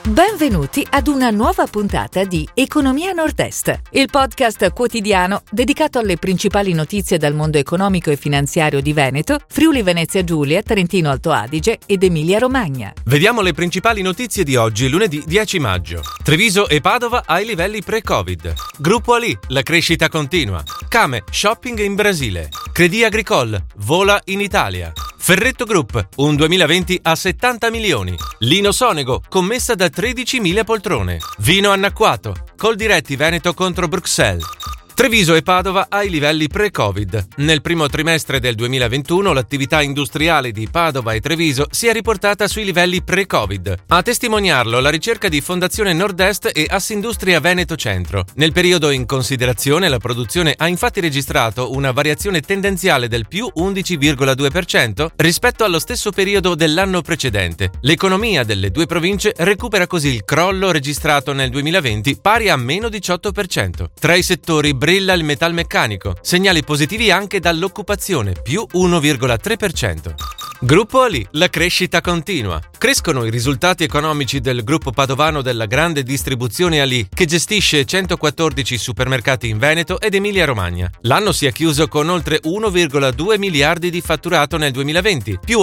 Benvenuti ad una nuova puntata di Economia Nord-Est, il podcast quotidiano dedicato alle principali notizie dal mondo economico e finanziario di Veneto, Friuli Venezia Giulia, Trentino Alto Adige ed Emilia Romagna. Vediamo le principali notizie di oggi, lunedì 10 maggio. Treviso e Padova ai livelli pre-Covid. Gruppo Ali, la crescita continua. Came, shopping in Brasile. Crédit Agricole, vola in Italia. Ferretto Group, un 2020 a 70 milioni. Lino Sonego, commessa da 13.000 poltrone. Vino annacquato, Coldiretti Veneto contro Bruxelles. Treviso e Padova ai livelli pre-Covid. Nel primo trimestre del 2021 l'attività industriale di Padova e Treviso si è riportata sui livelli pre-Covid. A testimoniarlo la ricerca di Fondazione Nord-Est e Assindustria Veneto Centro. Nel periodo in considerazione la produzione ha infatti registrato una variazione tendenziale del più 11,2% rispetto allo stesso periodo dell'anno precedente. L'economia delle due province recupera così il crollo registrato nel 2020 pari a meno 18%. Tra i settori brilla il metalmeccanico, segnali positivi anche dall'occupazione, più 1,3%. Gruppo Ali, la crescita continua. Crescono i risultati economici del gruppo padovano della grande distribuzione Ali, che gestisce 114 supermercati in Veneto ed Emilia Romagna. L'anno si è chiuso con oltre 1,2 miliardi di fatturato nel 2020, più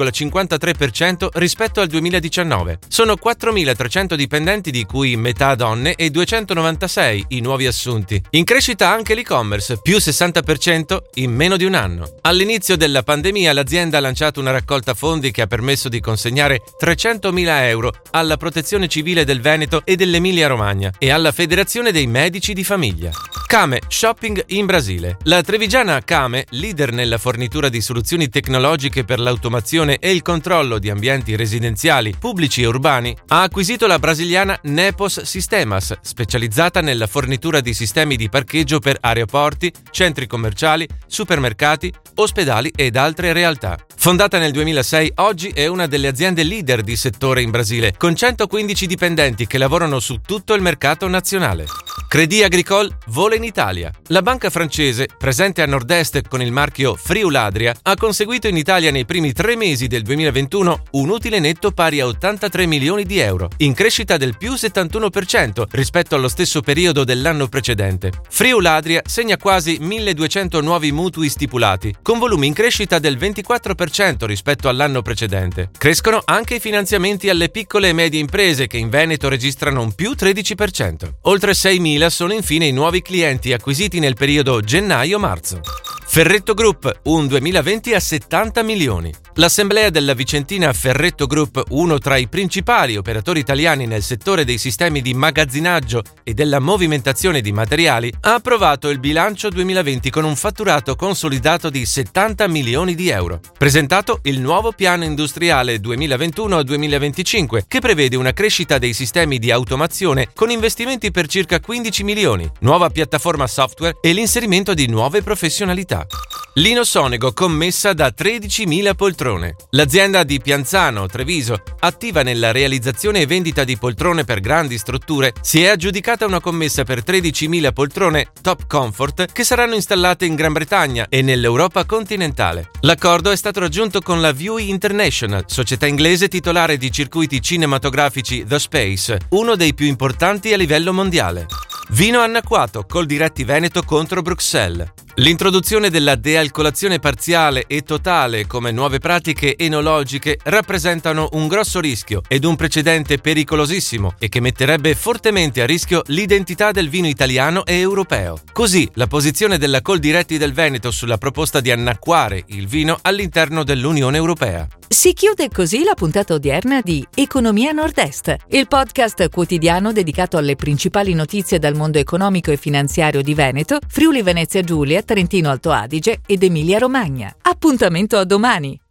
8,53% rispetto al 2019. Sono 4.300 dipendenti, di cui metà donne, e 296 i nuovi assunti. In crescita anche l'e-commerce, più 60% in meno di un anno. All'inizio della pandemia l'azienda ha lanciato una raccolta fondi che ha permesso di consegnare 300.000 euro alla Protezione Civile del Veneto e dell'Emilia Romagna e alla Federazione dei Medici di Famiglia. Came, shopping in Brasile. La trevigiana Came, leader nella fornitura di soluzioni tecnologiche per l'automazione e il controllo di ambienti residenziali, pubblici e urbani, ha acquisito la brasiliana Nepos Sistemas, specializzata nella fornitura di sistemi di parcheggio per aeroporti, centri commerciali, supermercati, ospedali ed altre realtà. Fondata nel 2006, oggi è una delle aziende leader di settore in Brasile, con 115 dipendenti che lavorano su tutto il mercato nazionale. Crédit Agricole vola in Italia. La banca francese, presente a nord-est con il marchio Friuladria, ha conseguito in Italia nei primi 3 mesi del 2021 un utile netto pari a 83 milioni di euro, in crescita del più 71% rispetto allo stesso periodo dell'anno precedente. Friuladria segna quasi 1.200 nuovi mutui stipulati, con volumi in crescita del 24% rispetto all'anno precedente. Crescono anche i finanziamenti alle piccole e medie imprese, che in Veneto registrano un più 13%. Oltre 6.000 sono infine i nuovi clienti acquisiti nel periodo gennaio-marzo. Ferretto Group, un 2020 a 70 milioni. L'assemblea della vicentina Ferretto Group, uno tra i principali operatori italiani nel settore dei sistemi di magazzinaggio e della movimentazione di materiali, ha approvato il bilancio 2020 con un fatturato consolidato di 70 milioni di euro. Presentato il nuovo piano industriale 2021-2025, che prevede una crescita dei sistemi di automazione con investimenti per circa 15 milioni, nuova piattaforma software e l'inserimento di nuove professionalità. Lino Sonego, commessa da 13.000 poltrone. L'azienda di Pianzano, Treviso, attiva nella realizzazione e vendita di poltrone per grandi strutture, si è aggiudicata una commessa per 13.000 poltrone Top Comfort che saranno installate in Gran Bretagna e nell'Europa continentale. L'accordo è stato raggiunto con la Vue International, società inglese titolare di circuiti cinematografici The Space, uno dei più importanti a livello mondiale. Vino annacquato, Coldiretti Veneto contro Bruxelles. L'introduzione della dealcolazione parziale e totale come nuove pratiche enologiche rappresentano un grosso rischio ed un precedente pericolosissimo e che metterebbe fortemente a rischio l'identità del vino italiano e europeo. Così la posizione della Coldiretti del Veneto sulla proposta di annacquare il vino all'interno dell'Unione Europea. Si chiude così la puntata odierna di Economia Nord-Est, il podcast quotidiano dedicato alle principali notizie dal mondo economico e finanziario di Veneto, Friuli Venezia Giulia, Trentino Alto Adige ed Emilia Romagna. Appuntamento a domani!